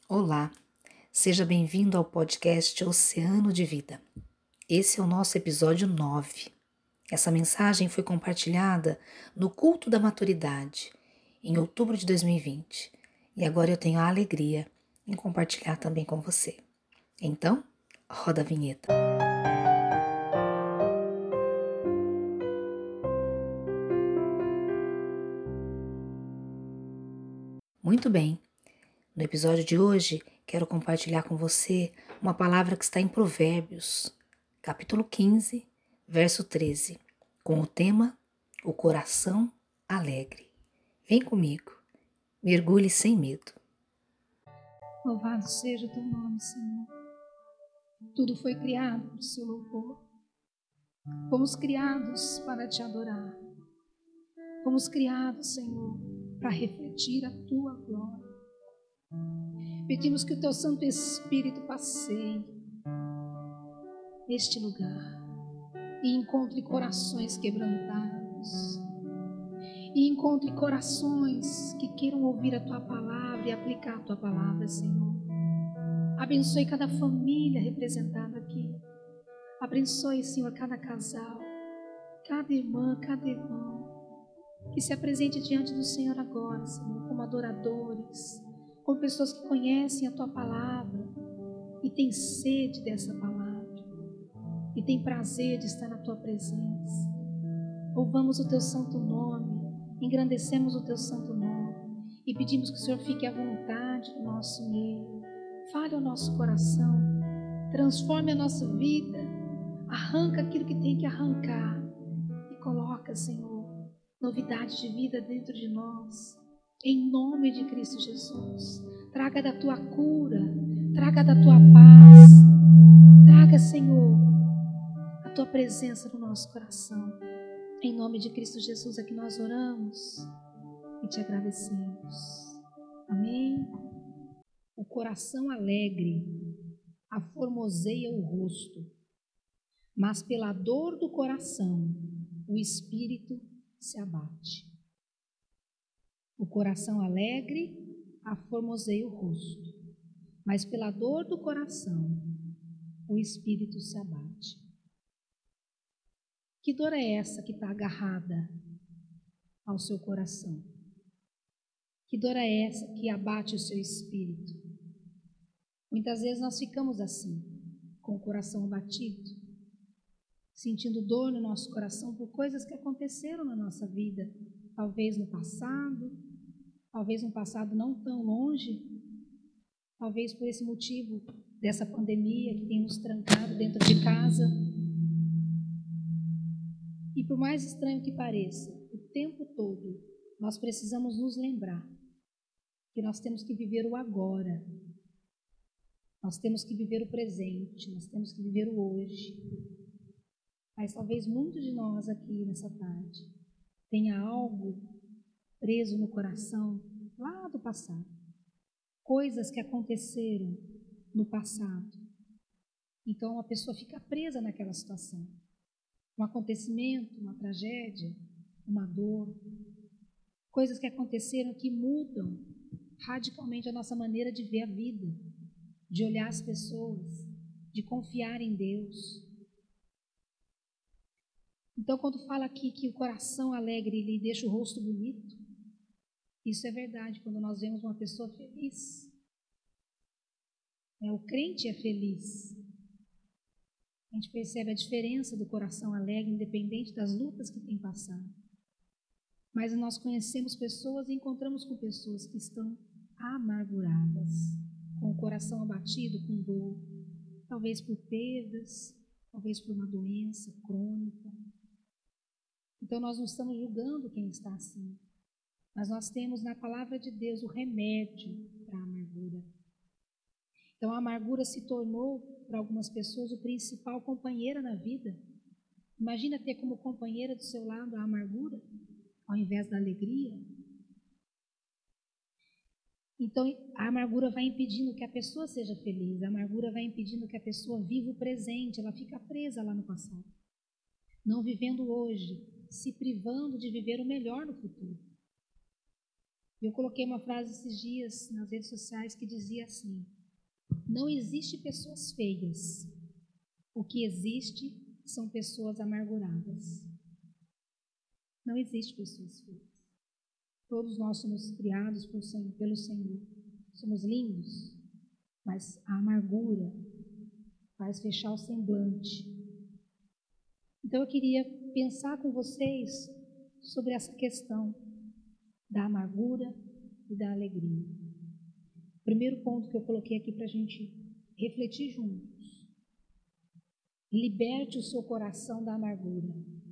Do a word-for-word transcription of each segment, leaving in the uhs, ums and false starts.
Olá, seja bem-vindo ao podcast Oceano de Vida. Esse é o nosso episódio nove. Essa mensagem foi compartilhada no Culto da Maturidade, em outubro de dois mil e vinte, e agora eu tenho a alegria em compartilhar também com você. Então, roda a vinheta. Muito bem, no episódio de hoje quero compartilhar com você uma palavra que está em Provérbios, capítulo quinze, verso treze, com o tema O Coração Alegre. Vem comigo, mergulhe sem medo. Louvado seja o teu nome, Senhor. Tudo foi criado para o seu louvor. Fomos criados para te adorar. Fomos criados, Senhor, para refletir a tua glória. Pedimos que o teu Santo Espírito passeie neste lugar e encontre corações quebrantados. E encontre corações que queiram ouvir a tua palavra e aplicar a tua palavra, Senhor. Abençoe cada família representada aqui. Abençoe, Senhor, cada casal, cada irmã, cada irmão, que se apresente diante do Senhor agora, Senhor, como adoradores, como pessoas que conhecem a tua palavra e têm sede dessa palavra e têm prazer de estar na tua presença. Louvamos o teu santo nome, engrandecemos o teu santo nome e pedimos que o Senhor fique à vontade no nosso meio. Fale ao nosso coração, transforme a nossa vida, arranca aquilo que tem que arrancar e coloca, Senhor, novidade de vida dentro de nós, em nome de Cristo Jesus. Traga da tua cura, traga da tua paz, traga, Senhor, a tua presença no nosso coração. Em nome de Cristo Jesus é que nós oramos e te agradecemos. Amém. O coração alegre aformoseia o rosto, mas pela dor do coração o espírito se abate. O coração alegre aformoseia o rosto, mas pela dor do coração o espírito se abate. Que dor é essa que está agarrada ao seu coração? Que dor é essa que abate o seu espírito? Muitas vezes nós ficamos assim, com o coração abatido, sentindo dor no nosso coração por coisas que aconteceram na nossa vida, talvez no passado, talvez no passado não tão longe, talvez por esse motivo dessa pandemia que tem nos trancado dentro de casa. E por mais estranho que pareça, o tempo todo nós precisamos nos lembrar que nós temos que viver o agora, nós temos que viver o presente, nós temos que viver o hoje. Mas talvez muitos de nós aqui nessa tarde tenha algo preso no coração lá do passado, coisas que aconteceram no passado. Então a pessoa fica presa naquela situação. Um acontecimento, uma tragédia, uma dor, coisas que aconteceram que mudam radicalmente a nossa maneira de ver a vida, de olhar as pessoas, de confiar em Deus. Então, quando fala aqui que o coração alegre lhe deixa o rosto bonito, isso é verdade. Quando nós vemos uma pessoa feliz, é, o crente é feliz. A gente percebe a diferença do coração alegre, independente das lutas que tem passado. Mas nós conhecemos pessoas e encontramos com pessoas que estão amarguradas, com o coração abatido, com dor, talvez por perdas, talvez por uma doença crônica. Então nós não estamos julgando quem está assim, mas nós temos na palavra de Deus o remédio para a amargura. Então a amargura se tornou, para algumas pessoas, o principal companheiro na vida. Imagina ter como companheira do seu lado a amargura, ao invés da alegria. Então, a amargura vai impedindo que a pessoa seja feliz, a amargura vai impedindo que a pessoa viva o presente, ela fica presa lá no passado, não vivendo hoje, se privando de viver o melhor no futuro. Eu coloquei uma frase esses dias nas redes sociais que dizia assim: não existe pessoas feias. O que existe são pessoas amarguradas. Não existe pessoas feias. Todos nós somos criados por, pelo Senhor. Somos lindos, mas a amargura faz fechar o semblante. Então eu queria pensar com vocês sobre essa questão da amargura e da alegria. O primeiro ponto que eu coloquei aqui para a gente refletir juntos: liberte o seu coração da amargura.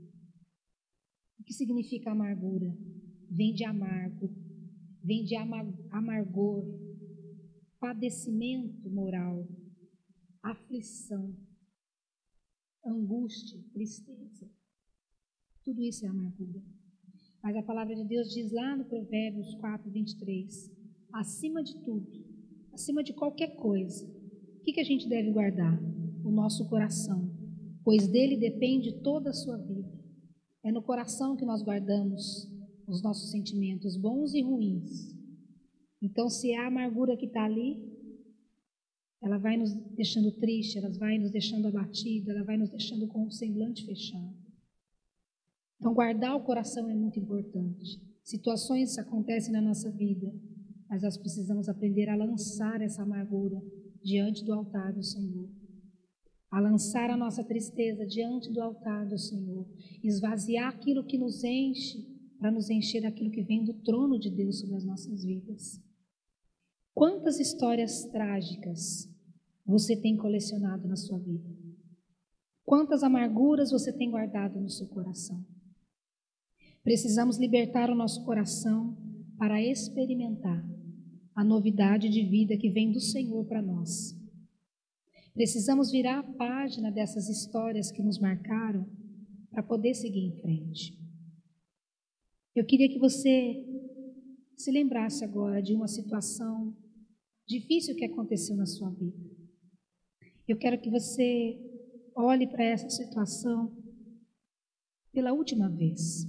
O que significa amargura? Vem de amargo, vem de amargor, padecimento moral, aflição, angústia, tristeza. Tudo isso é amargura. Mas a palavra de Deus diz lá no Provérbios quatro, vinte e três, acima de tudo, acima de qualquer coisa, o que, que a gente deve guardar? O nosso coração, pois dele depende toda a sua vida. É no coração que nós guardamos os nossos sentimentos, bons e ruins. Então, se é a amargura que está ali, ela vai nos deixando triste, ela vai nos deixando abatido, ela vai nos deixando com o semblante fechado. Então, guardar o coração é muito importante. Situações acontecem na nossa vida, mas nós precisamos aprender a lançar essa amargura diante do altar do Senhor. A lançar a nossa tristeza diante do altar do Senhor. Esvaziar aquilo que nos enche, para nos encher daquilo que vem do trono de Deus sobre as nossas vidas. Quantas histórias trágicas você tem colecionado na sua vida? Quantas amarguras você tem guardado no seu coração? Precisamos libertar o nosso coração para experimentar a novidade de vida que vem do Senhor para nós. Precisamos virar a página dessas histórias que nos marcaram para poder seguir em frente. Eu queria que você se lembrasse agora de uma situação difícil que aconteceu na sua vida. Eu quero que você olhe para essa situação pela última vez.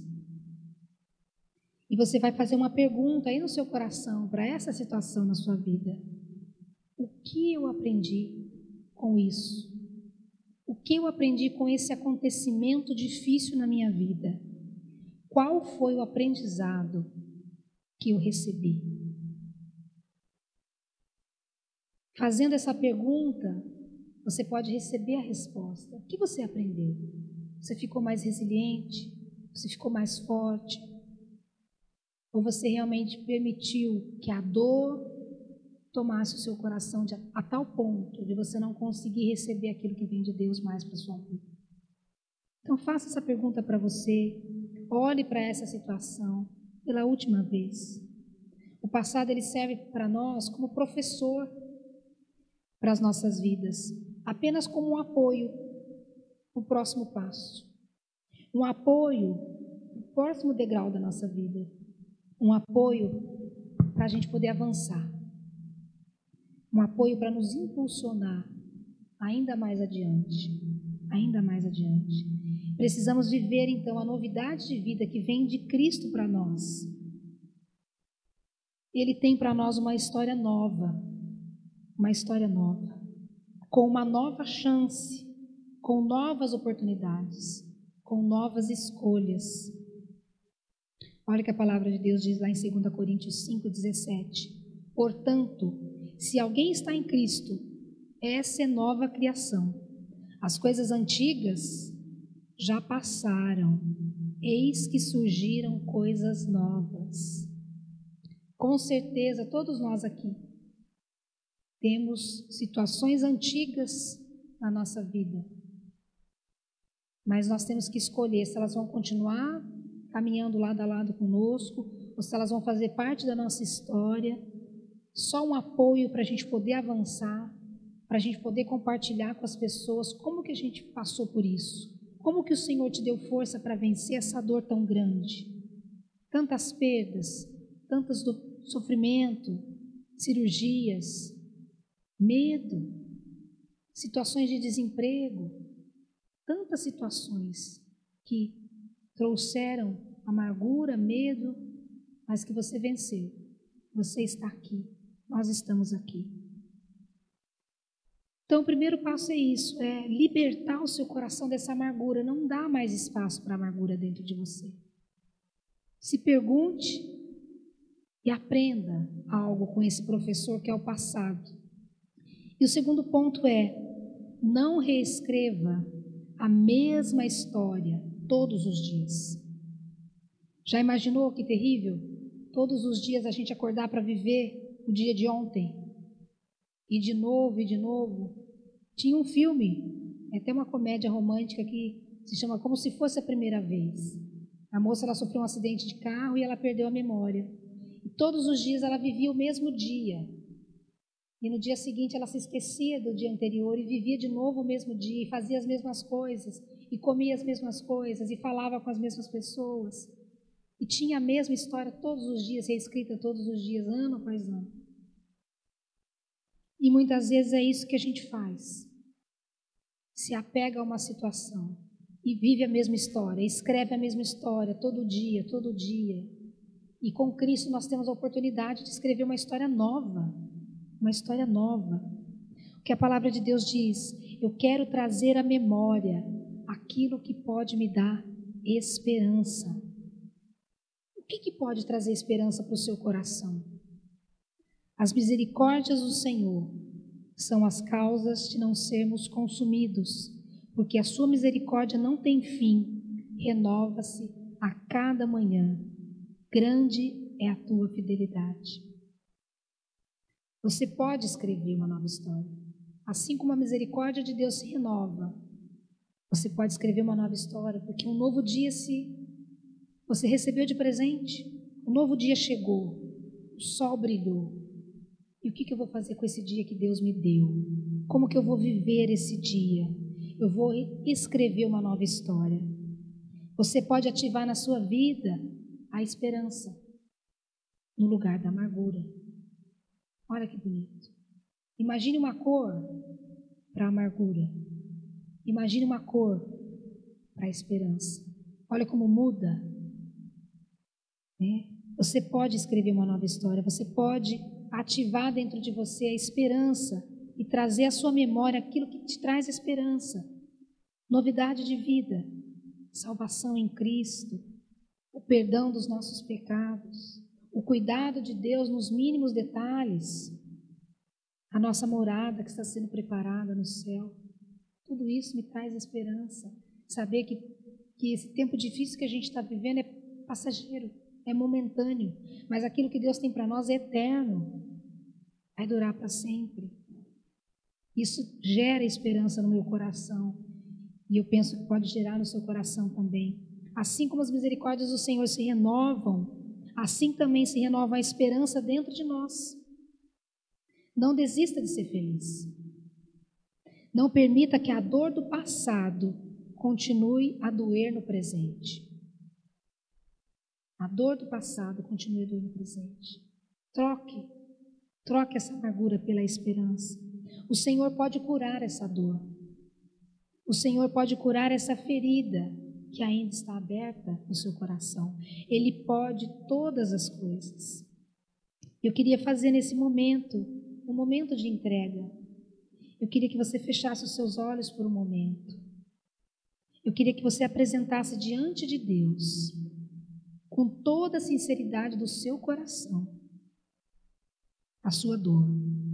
E você vai fazer uma pergunta aí no seu coração para essa situação na sua vida. O que eu aprendi com isso? O que eu aprendi com esse acontecimento difícil na minha vida? Qual foi o aprendizado que eu recebi? Fazendo essa pergunta, você pode receber a resposta. O que você aprendeu? Você ficou mais resiliente? Você ficou mais forte? Ou você realmente permitiu que a dor tomasse o seu coração de, a tal ponto de você não conseguir receber aquilo que vem de Deus mais para a sua vida? Então faça essa pergunta para você, olhe para essa situação pela última vez. O passado ele serve para nós como professor para as nossas vidas, apenas como um apoio para o próximo passo, um apoio para o próximo degrau da nossa vida. Um apoio para a gente poder avançar. Um apoio para nos impulsionar ainda mais adiante. Ainda mais adiante. Precisamos viver, então, a novidade de vida que vem de Cristo para nós. Ele tem para nós uma história nova. Uma história nova. Com uma nova chance. Com novas oportunidades. Com novas escolhas. Olha o que a palavra de Deus diz lá em dois Coríntios cinco, dezessete. Portanto, se alguém está em Cristo, essa é nova criação. As coisas antigas já passaram, eis que surgiram coisas novas. Com certeza, todos nós aqui temos situações antigas na nossa vida, mas nós temos que escolher se elas vão continuar caminhando lado a lado conosco, ou se elas vão fazer parte da nossa história, só um apoio para a gente poder avançar, para a gente poder compartilhar com as pessoas como que a gente passou por isso, como que o Senhor te deu força para vencer essa dor tão grande, tantas perdas, tantos do sofrimento, cirurgias, medo, situações de desemprego, tantas situações que trouxeram amargura, medo, mas que você venceu. Você está aqui. Nós estamos aqui. Então, o primeiro passo é isso, é libertar o seu coração dessa amargura. Não dá mais espaço para amargura dentro de você. Se pergunte e aprenda algo com esse professor que é o passado. E o segundo ponto é, não reescreva a mesma história todos os dias. Já imaginou que terrível? Todos os dias a gente acordar para viver o dia de ontem. E de novo, e de novo. Tinha um filme, é até uma comédia romântica que se chama Como Se Fosse a Primeira Vez. A moça ela sofreu um acidente de carro e ela perdeu a memória. E todos os dias ela vivia o mesmo dia. E no dia seguinte ela se esquecia do dia anterior e vivia de novo o mesmo dia, e fazia as mesmas coisas, e comia as mesmas coisas, e falava com as mesmas pessoas. E tinha a mesma história todos os dias, reescrita todos os dias, ano após ano. E muitas vezes é isso que a gente faz. Se apega a uma situação e vive a mesma história, escreve a mesma história todo dia, todo dia. E com Cristo nós temos a oportunidade de escrever uma história nova, uma história nova. O que a palavra de Deus diz, eu quero trazer à memória aquilo que pode me dar esperança. O que, que pode trazer esperança para o seu coração? As misericórdias do Senhor são as causas de não sermos consumidos, porque a sua misericórdia não tem fim, renova-se a cada manhã. Grande é a tua fidelidade. Você pode escrever uma nova história. Assim como a misericórdia de Deus se renova, você pode escrever uma nova história, porque um novo dia se você recebeu de presente, um novo dia chegou, o sol brilhou. E o que, que eu vou fazer com esse dia que Deus me deu? Como que eu vou viver esse dia? Eu vou escrever uma nova história. Você pode ativar na sua vida a esperança no lugar da amargura. Olha que bonito. Imagine uma cor para a amargura. Imagine uma cor para a esperança. Olha como muda. Né? Você pode escrever uma nova história. Você pode ativar dentro de você a esperança e trazer à sua memória aquilo que te traz esperança. Novidade de vida, salvação em Cristo, o perdão dos nossos pecados, o cuidado de Deus nos mínimos detalhes, a nossa morada que está sendo preparada no céu. Tudo isso me traz esperança. Saber que, que esse tempo difícil que a gente está vivendo é passageiro, é momentâneo, mas aquilo que Deus tem para nós é eterno, vai durar para sempre. Isso gera esperança no meu coração, e eu penso que pode gerar no seu coração também. Assim como as misericórdias do Senhor se renovam, assim também se renova a esperança dentro de nós. Não desista de ser feliz. Não permita que a dor do passado continue a doer no presente. A dor do passado continua a doer no presente. Troque, troque essa amargura pela esperança. O Senhor pode curar essa dor. O Senhor pode curar essa ferida que ainda está aberta no seu coração. Ele pode todas as coisas. Eu queria fazer nesse momento, um momento de entrega. Eu queria que você fechasse os seus olhos por um momento. Eu queria que você apresentasse diante de Deus, com toda a sinceridade do seu coração, a sua dor.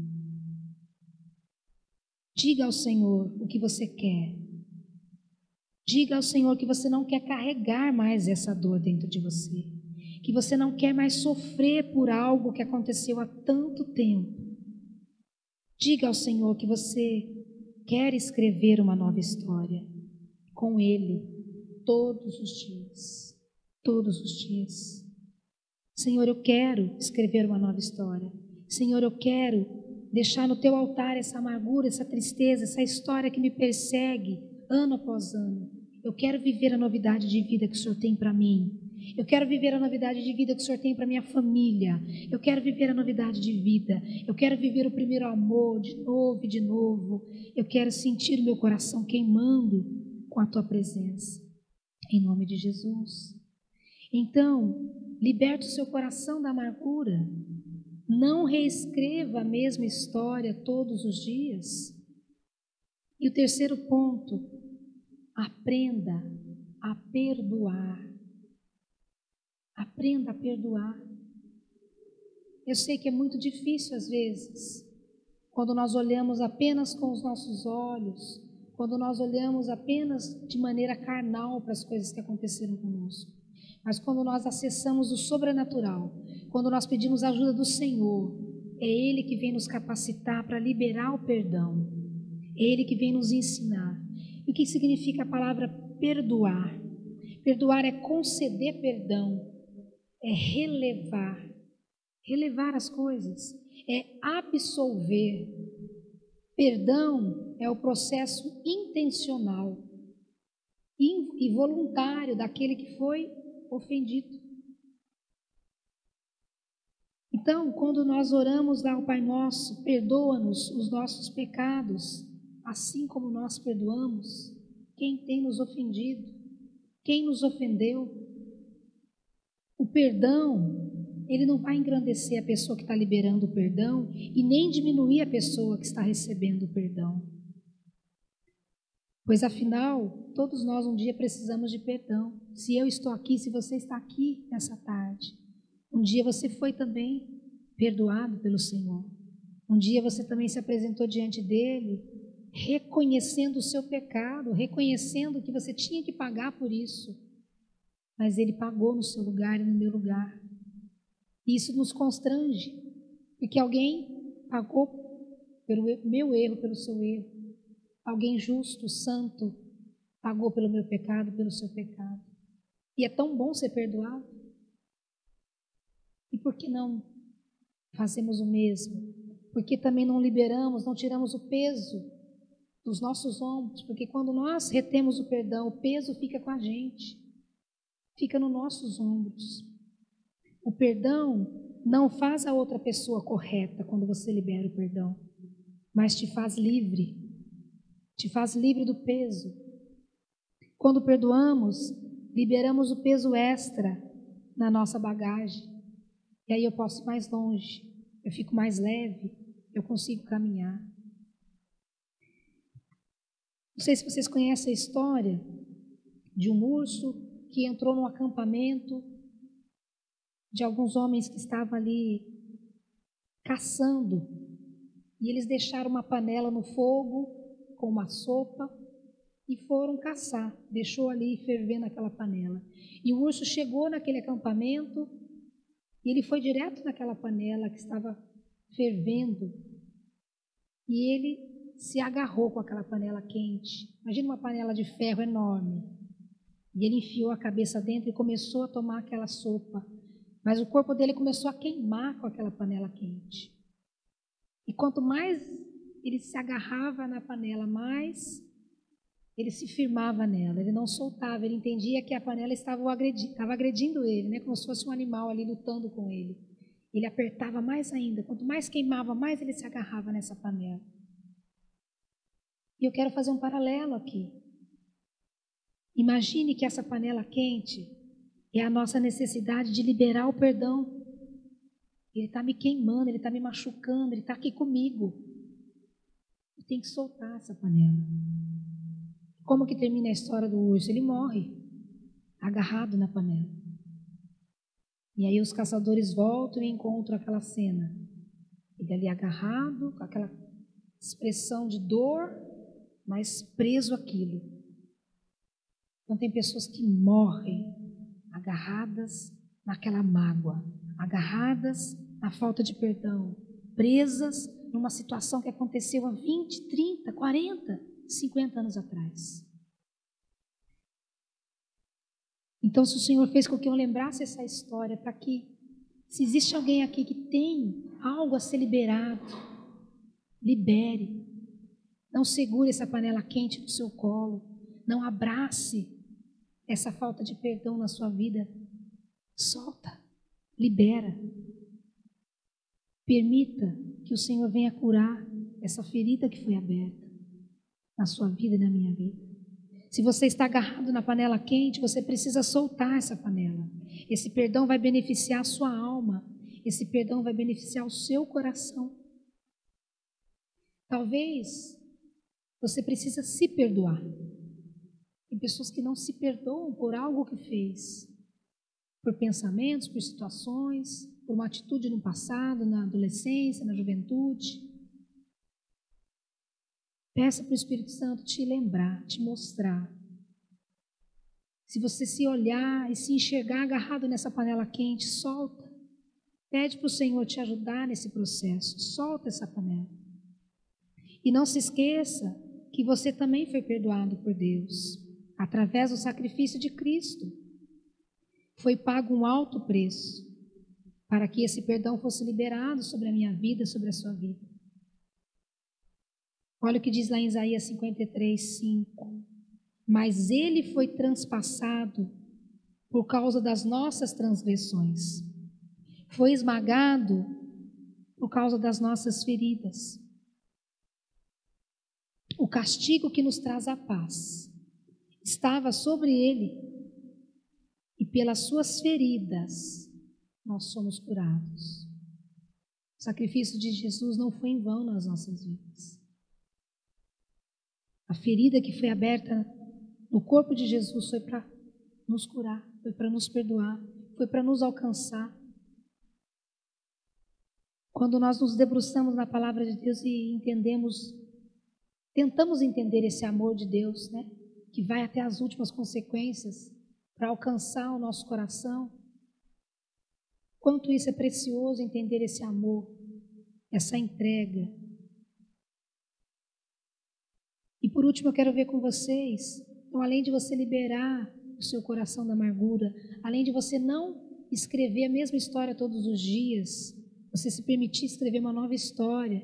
Diga ao Senhor o que você quer. Diga ao Senhor que você não quer carregar mais essa dor dentro de você, que você não quer mais sofrer por algo que aconteceu há tanto tempo. Diga ao Senhor que você quer escrever uma nova história com Ele todos os dias, todos os dias. Senhor, eu quero escrever uma nova história. Senhor, eu quero deixar no Teu altar essa amargura, essa tristeza, essa história que me persegue ano após ano. Eu quero viver a novidade de vida que o Senhor tem para mim. Eu quero viver a novidade de vida que o Senhor tem para minha família. Eu quero viver a novidade de vida. Eu quero viver o primeiro amor de novo e de novo. Eu quero sentir o meu coração queimando com a Tua presença. Em nome de Jesus. Então, liberta o seu coração da amargura. Não reescreva a mesma história todos os dias. E o terceiro ponto, aprenda a perdoar. Aprenda a perdoar. Eu sei que é muito difícil às vezes, quando nós olhamos apenas com os nossos olhos, quando nós olhamos apenas de maneira carnal para as coisas que aconteceram conosco. Mas quando nós acessamos o sobrenatural, quando nós pedimos a ajuda do Senhor, é Ele que vem nos capacitar para liberar o perdão. É Ele que vem nos ensinar. E o que significa a palavra perdoar? Perdoar é conceder perdão, é relevar, relevar as coisas, é absolver. Perdão é o processo intencional e voluntário daquele que foi ofendido. Então, quando nós oramos lá ao Pai Nosso, perdoa-nos os nossos pecados, assim como nós perdoamos quem tem nos ofendido, quem nos ofendeu. O perdão, ele não vai engrandecer a pessoa que está liberando o perdão e nem diminuir a pessoa que está recebendo o perdão. Pois afinal, todos nós um dia precisamos de perdão. Se eu estou aqui, se você está aqui nessa tarde, um dia você foi também perdoado pelo Senhor. Um dia você também se apresentou diante dele, reconhecendo o seu pecado, reconhecendo que você tinha que pagar por isso. Mas ele pagou no seu lugar e no meu lugar. E isso nos constrange, porque alguém pagou pelo meu erro, pelo seu erro. Alguém justo, santo, pagou pelo meu pecado, pelo seu pecado. E é tão bom ser perdoado. E por que não fazemos o mesmo? Por que também não liberamos, não tiramos o peso dos nossos ombros? Porque quando nós retemos o perdão, o peso fica com a gente, fica nos nossos ombros. O perdão não faz a outra pessoa correta quando você libera o perdão, mas te faz livre, te faz livre do peso. Quando perdoamos, liberamos o peso extra na nossa bagagem. E aí eu posso ir mais longe, eu fico mais leve, eu consigo caminhar. Não sei se vocês conhecem a história de um urso que entrou num acampamento de alguns homens que estavam ali caçando. E eles deixaram uma panela no fogo com uma sopa e foram caçar. Deixou ali fervendo aquela panela. E o urso chegou naquele acampamento e ele foi direto naquela panela que estava fervendo. E ele se agarrou com aquela panela quente. Imagina uma panela de ferro enorme. E ele enfiou a cabeça dentro e começou a tomar aquela sopa. Mas o corpo dele começou a queimar com aquela panela quente. E quanto mais ele se agarrava na panela, mais ele se firmava nela. Ele não soltava, ele entendia que a panela estava agredindo, estava agredindo ele, né? Como se fosse um animal ali lutando com ele. Ele apertava mais ainda. Quanto mais queimava, mais ele se agarrava nessa panela. E eu quero fazer um paralelo aqui. Imagine que essa panela quente é a nossa necessidade de liberar o perdão. Ele está me queimando, ele está me machucando, ele está aqui comigo. Eu tenho que soltar essa panela. Como que termina a história do urso? Ele morre, agarrado na panela. E aí os caçadores voltam e encontram aquela cena. Ele ali agarrado, com aquela expressão de dor, mas preso àquilo. Então tem pessoas que morrem agarradas naquela mágoa, agarradas na falta de perdão, presas numa situação que aconteceu há vinte, trinta, quarenta, cinquenta anos atrás. Então, se o Senhor fez com que eu lembrasse essa história, para que, se existe alguém aqui que tem algo a ser liberado, libere. Não segure essa panela quente no seu colo, não abrace essa falta de perdão na sua vida. Solta, libera. Permita que o Senhor venha curar essa ferida que foi aberta na sua vida e na minha vida. Se você está agarrado na panela quente, você precisa soltar essa panela. Esse perdão vai beneficiar a sua alma. esse perdão vai beneficiar o seu coração. Talvez você precisa se perdoar. Tem pessoas que não se perdoam por algo que fez, por pensamentos, por situações, por uma atitude no passado, na adolescência, na juventude. Peça para o Espírito Santo te lembrar, te mostrar. Se você se olhar e se enxergar agarrado nessa panela quente, solta. Pede para o Senhor te ajudar nesse processo. Solta essa panela. E não se esqueça que você também foi perdoado por Deus, através do sacrifício de Cristo. Foi pago um alto preço para que esse perdão fosse liberado sobre a minha vida, sobre a sua vida. Olha o que diz lá em Isaías cinquenta e três, cinco. Mas ele foi transpassado por causa das nossas transgressões. Foi esmagado por causa das nossas feridas. O castigo que nos traz a paz estava sobre ele, e pelas suas feridas nós somos curados. O sacrifício de Jesus não foi em vão nas nossas vidas. A ferida que foi aberta no corpo de Jesus foi para nos curar, foi para nos perdoar, foi para nos alcançar. Quando nós nos debruçamos na palavra de Deus e entendemos, tentamos entender esse amor de Deus, né, que vai até as últimas consequências para alcançar o nosso coração, quanto isso é precioso entender esse amor, essa entrega. E por último eu quero ver com vocês, então além de você liberar o seu coração da amargura, além de você não escrever a mesma história todos os dias, você se permitir escrever uma nova história,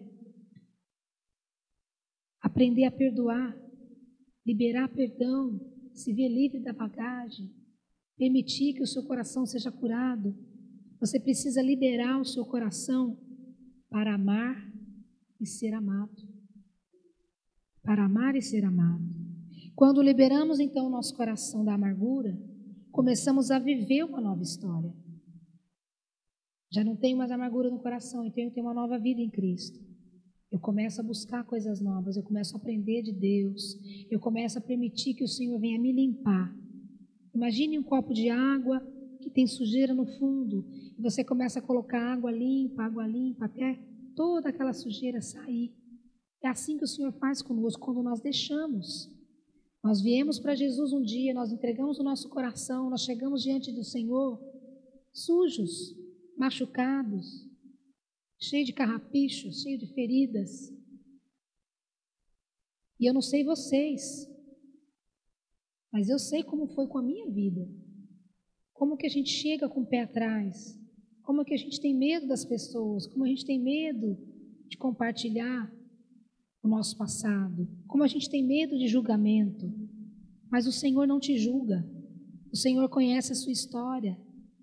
aprender a perdoar, liberar perdão, se ver livre da bagagem, permitir que o seu coração seja curado, você precisa liberar o seu coração para amar e ser amado. Para amar e ser amado. Quando liberamos então o nosso coração da amargura, começamos a viver uma nova história. Já não tenho mais amargura no coração, então eu tenho uma nova vida em Cristo. Eu começo a buscar coisas novas, eu começo a aprender de Deus, eu começo a permitir que o Senhor venha me limpar. Imagine um copo de água que tem sujeira no fundo, e você começa a colocar água limpa, água limpa, até toda aquela sujeira sair. É assim que o Senhor faz conosco quando nós deixamos. Nós viemos para Jesus um dia, nós entregamos o nosso coração, nós chegamos diante do Senhor sujos, machucados, cheios de carrapichos, cheios de feridas. E eu não sei vocês, mas eu sei como foi com a minha vida. Como que a gente chega com o pé atrás, como que a gente tem medo das pessoas, como a gente tem medo de compartilhar o nosso passado, como a gente tem medo de julgamento, mas o Senhor não te julga, o Senhor conhece a sua história,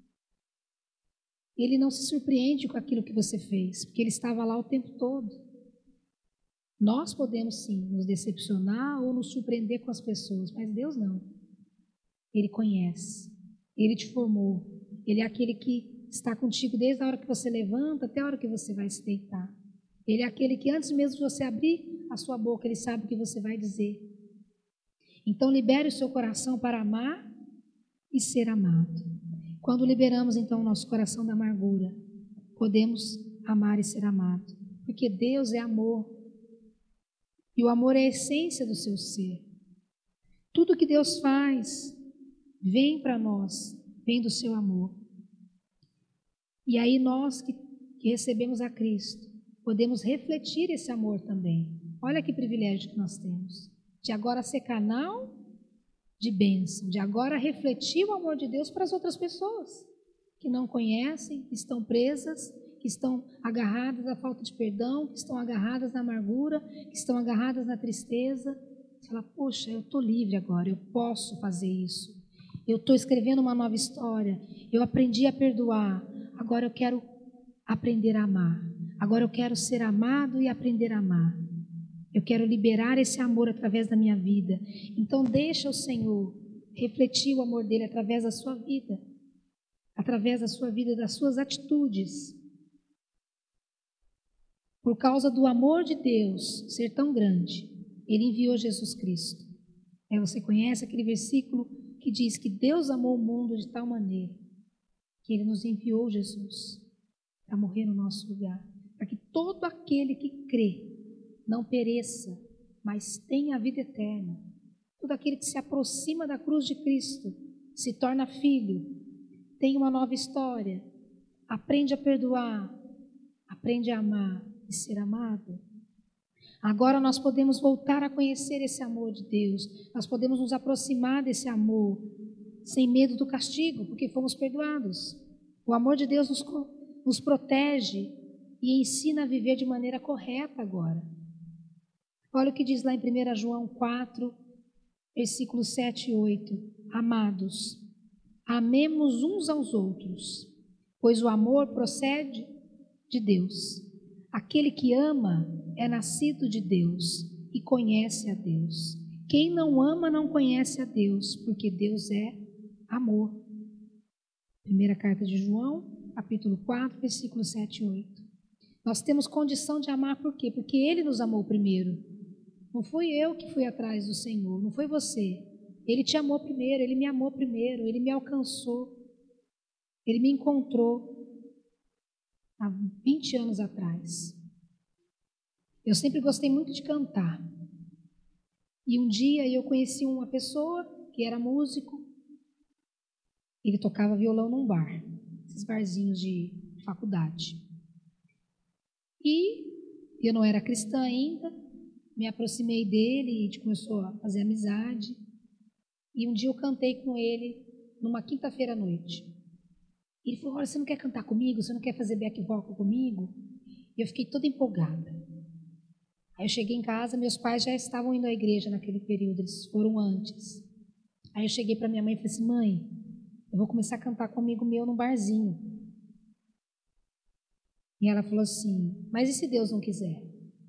Ele não se surpreende com aquilo que você fez, porque Ele estava lá o tempo todo. Nós podemos sim nos decepcionar ou nos surpreender com as pessoas, mas Deus não. Ele conhece, Ele te formou, Ele é aquele que está contigo desde a hora que você levanta até a hora que você vai se deitar. Ele é aquele que antes mesmo de você abrir a sua boca, Ele sabe o que você vai dizer. Então libere o seu coração para amar e ser amado. Quando liberamos então o nosso coração da amargura, podemos amar e ser amado, porque Deus é amor. E o amor é a essência do seu ser. Tudo que Deus faz vem para nós, vem do seu amor. E aí nós que, que recebemos a Cristo, podemos refletir esse amor também. Olha que privilégio que nós temos, de agora ser canal de bênção, de agora refletir o amor de Deus para as outras pessoas que não conhecem, que estão presas, que estão agarradas à falta de perdão, que estão agarradas na amargura, que estão agarradas na tristeza. Você fala, poxa, eu estou livre agora, eu posso fazer isso. Eu estou escrevendo uma nova história, eu aprendi a perdoar, agora eu quero aprender a amar. Agora eu quero ser amado e aprender a amar. Eu quero liberar esse amor através da minha vida. Então deixa o Senhor refletir o amor dele através da sua vida, através da sua vida, das suas atitudes. Por causa do amor de Deus ser tão grande, Ele enviou Jesus Cristo. É, você conhece aquele versículo que diz que Deus amou o mundo de tal maneira que Ele nos enviou Jesus para morrer no nosso lugar, para que todo aquele que crê não pereça, mas tenha a vida eterna. Todo aquele que se aproxima da cruz de Cristo se torna filho, tem uma nova história, aprende a perdoar, aprende a amar e ser amado. Agora nós podemos voltar a conhecer esse amor de Deus, nós podemos nos aproximar desse amor sem medo do castigo, porque fomos perdoados. O amor de Deus nos, nos protege e ensina a viver de maneira correta agora. Olha o que diz lá em primeira João quatro, versículos sete e oito. Amados, amemos uns aos outros, pois o amor procede de Deus. Aquele que ama é nascido de Deus e conhece a Deus. Quem não ama não conhece a Deus, porque Deus é amor. Primeira carta de João, capítulo quatro, versículos sete e oito. Nós temos condição de amar por quê? Porque Ele nos amou primeiro. Não fui eu que fui atrás do Senhor, não foi você. Ele te amou primeiro, Ele me amou primeiro, Ele me alcançou, Ele me encontrou há vinte anos atrás. Eu sempre gostei muito de cantar. E um dia eu conheci uma pessoa que era músico. Ele tocava violão num bar, esses barzinhos de faculdade. E eu não era cristã ainda, me aproximei dele e a gente começou a fazer amizade. E um dia eu cantei com ele numa quinta-feira à noite. Ele falou, olha, você não quer cantar comigo? Você não quer fazer back vocal comigo? E eu fiquei toda empolgada. Aí eu cheguei em casa, meus pais já estavam indo à igreja naquele período, eles foram antes. Aí eu cheguei para minha mãe e falei assim, mãe, eu vou começar a cantar com um amigo meu num barzinho. E ela falou assim, mas e se Deus não quiser?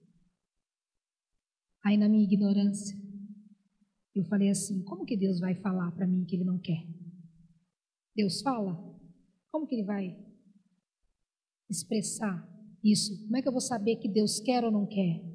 Aí na minha ignorância, eu falei assim, como que Deus vai falar para mim que Ele não quer? Deus fala? Como que Ele vai expressar isso? Como é que eu vou saber que Deus quer ou não quer?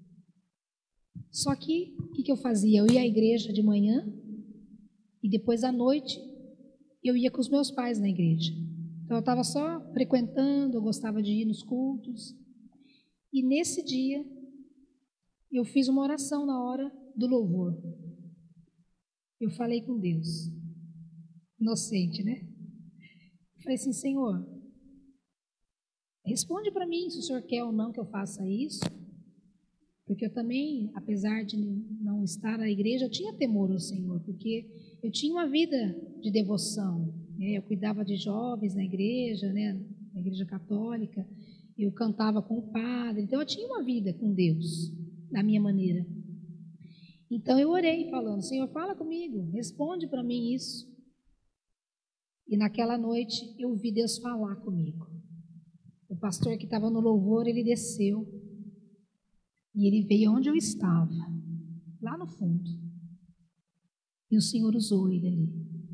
Só que, o que, que eu fazia? Eu ia à igreja de manhã e depois à noite eu ia com os meus pais na igreja. Então eu estava só frequentando, eu gostava de ir nos cultos. E nesse dia eu fiz uma oração na hora do louvor. Eu falei com Deus, inocente, né? Eu falei assim, Senhor, responde para mim se o Senhor quer ou não que eu faça isso. Porque eu também, apesar de não estar na igreja, eu tinha temor ao Senhor, porque eu tinha uma vida de devoção, né? Eu cuidava de jovens na igreja, né? Na igreja católica, eu cantava com o padre, então eu tinha uma vida com Deus, da minha maneira. Então eu orei falando, Senhor, fala comigo, responde para mim isso. E naquela noite eu vi Deus falar comigo. O pastor que estava no louvor, ele desceu. E ele veio onde eu estava, lá no fundo. E o Senhor usou ele ali.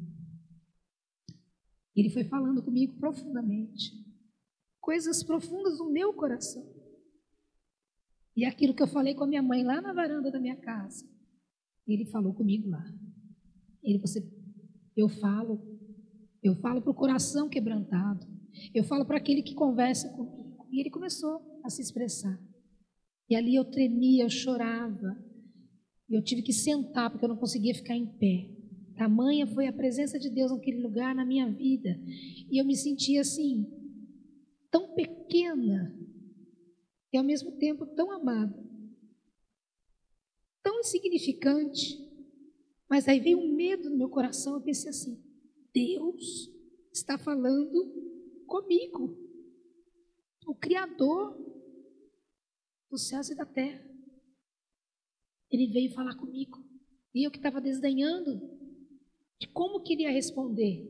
Ele foi falando comigo profundamente. Coisas profundas do meu coração. E aquilo que eu falei com a minha mãe lá na varanda da minha casa, ele falou comigo lá. Ele, você, eu falo, eu falo para o coração quebrantado. Eu falo para aquele que conversa comigo. E ele começou a se expressar. E ali eu tremia, eu chorava. Eu tive que sentar, porque eu não conseguia ficar em pé. Tamanha foi a presença de Deus naquele lugar, na minha vida. E eu me sentia assim, tão pequena, e ao mesmo tempo tão amada. Tão insignificante. Mas aí veio um medo no meu coração, eu pensei assim, Deus está falando comigo. O Criador dos céus e da terra. Ele veio falar comigo. E eu que estava desdenhando de como queria responder.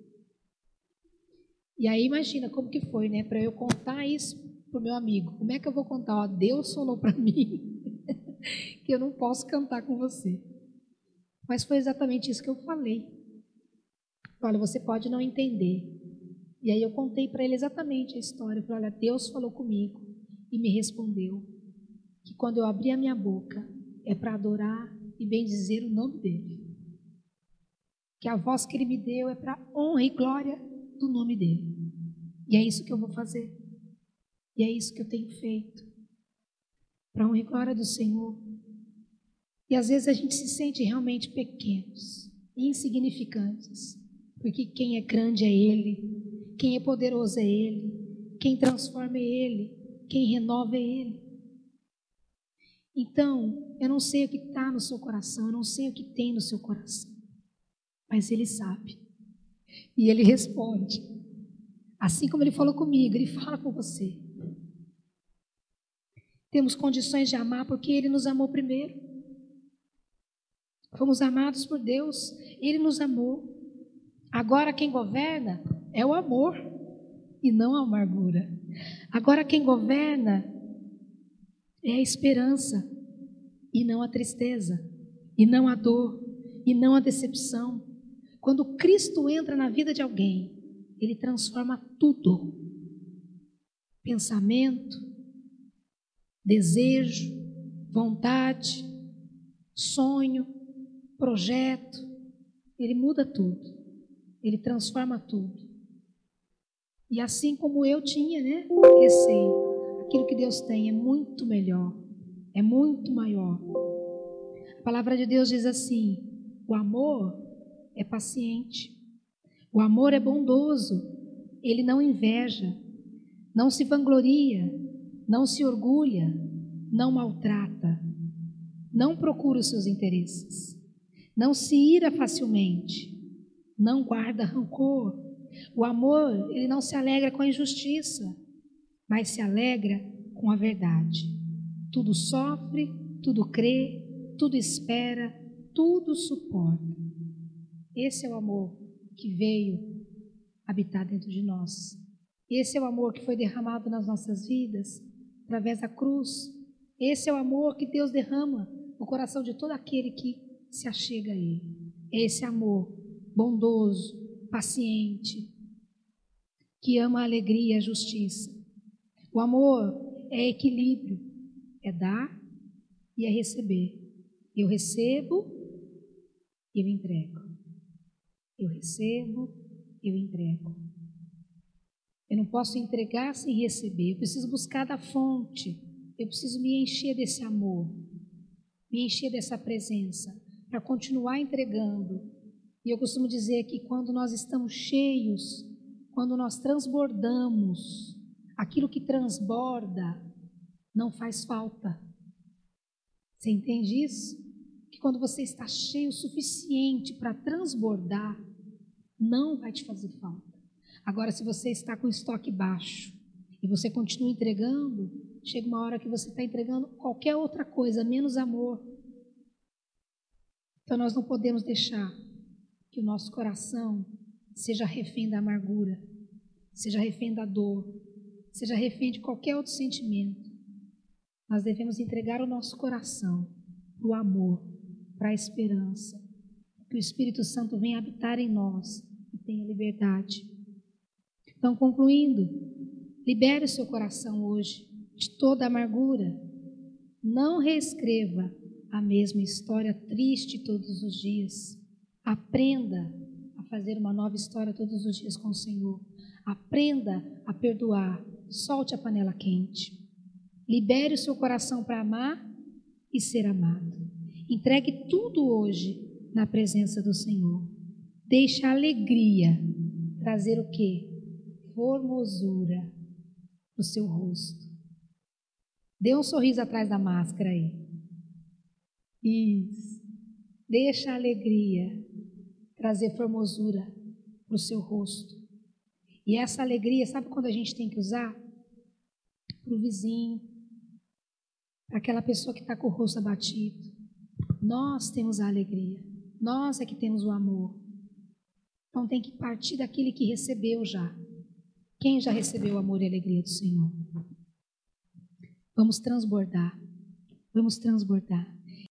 E aí imagina como que foi, né? Para eu contar isso para o meu amigo. Como é que eu vou contar? Ó, Deus falou para mim que eu não posso cantar com você. Mas foi exatamente isso que eu falei. Olha, você pode não entender. E aí eu contei para ele exatamente a história. Eu falei, olha, Deus falou comigo e me respondeu que quando eu abrir a minha boca é para adorar e bendizer o nome dele. Que a voz que ele me deu é para honra e glória do nome dele. E é isso que eu vou fazer. E é isso que eu tenho feito. Para honra e glória do Senhor. E às vezes a gente se sente realmente pequenos, insignificantes. Porque quem é grande é Ele. Quem é poderoso é Ele. Quem transforma é Ele. Quem renova é Ele. Então, eu não sei o que está no seu coração. Eu não sei o que tem no seu coração. Mas Ele sabe. E Ele responde. Assim como Ele falou comigo, Ele fala com você. Temos condições de amar porque Ele nos amou primeiro. Fomos amados por Deus. Ele nos amou. Agora quem governa é o amor e não a amargura. Agora quem governa é a esperança e não a tristeza, e não a dor, e não a decepção. Quando Cristo entra na vida de alguém, Ele transforma tudo. Pensamento, desejo, vontade, sonho, projeto. Ele muda tudo. Ele transforma tudo. E assim como eu tinha, né, receio, aquilo que Deus tem é muito melhor, é muito maior. A palavra de Deus diz assim: o amor é paciente, o amor é bondoso, ele não inveja, não se vangloria, não se orgulha, não maltrata, não procura os seus interesses, não se ira facilmente, não guarda rancor. O amor, ele não se alegra com a injustiça, mas se alegra com a verdade. Tudo sofre, tudo crê, tudo espera, tudo suporta. Esse é o amor que veio habitar dentro de nós. Esse é o amor que foi derramado nas nossas vidas através da cruz. Esse é o amor que Deus derrama no coração de todo aquele que se achega a Ele. É esse amor bondoso, paciente, que ama a alegria e a justiça. O amor é equilíbrio, é dar e é receber. Eu recebo, eu entrego. Eu recebo, eu entrego. Eu não posso entregar sem receber. Eu preciso buscar da fonte. Eu preciso me encher desse amor, me encher dessa presença, para continuar entregando. E eu costumo dizer que quando nós estamos cheios, quando nós transbordamos, aquilo que transborda não faz falta. Você entende isso? Que quando você está cheio o suficiente para transbordar, não vai te fazer falta. Agora, se você está com estoque baixo e você continua entregando, chega uma hora que você está entregando qualquer outra coisa, menos amor. Então, nós não podemos deixar que o nosso coração seja refém da amargura, seja refém da dor, seja refém de qualquer outro sentimento. Nós devemos entregar o nosso coração para o amor, para a esperança, que o Espírito Santo venha habitar em nós e tenha liberdade. Então, concluindo, libere o seu coração hoje de toda amargura. Não reescreva a mesma história triste todos os dias. Aprenda a fazer uma nova história todos os dias com o Senhor. Aprenda a perdoar. Solte a panela quente. Libere o seu coração para amar e ser amado. Entregue tudo hoje na presença do Senhor. Deixe a alegria trazer o quê? Formosura no seu rosto. Dê um sorriso atrás da máscara aí. Isso. Deixa a alegria trazer formosura para o seu rosto. E essa alegria, sabe quando a gente tem que usar? Para o vizinho, para aquela pessoa que está com o rosto abatido. Nós temos a alegria. Nós é que temos o amor. Então tem que partir daquele que recebeu já. Quem já recebeu o amor e a alegria do Senhor? Vamos transbordar. Vamos transbordar.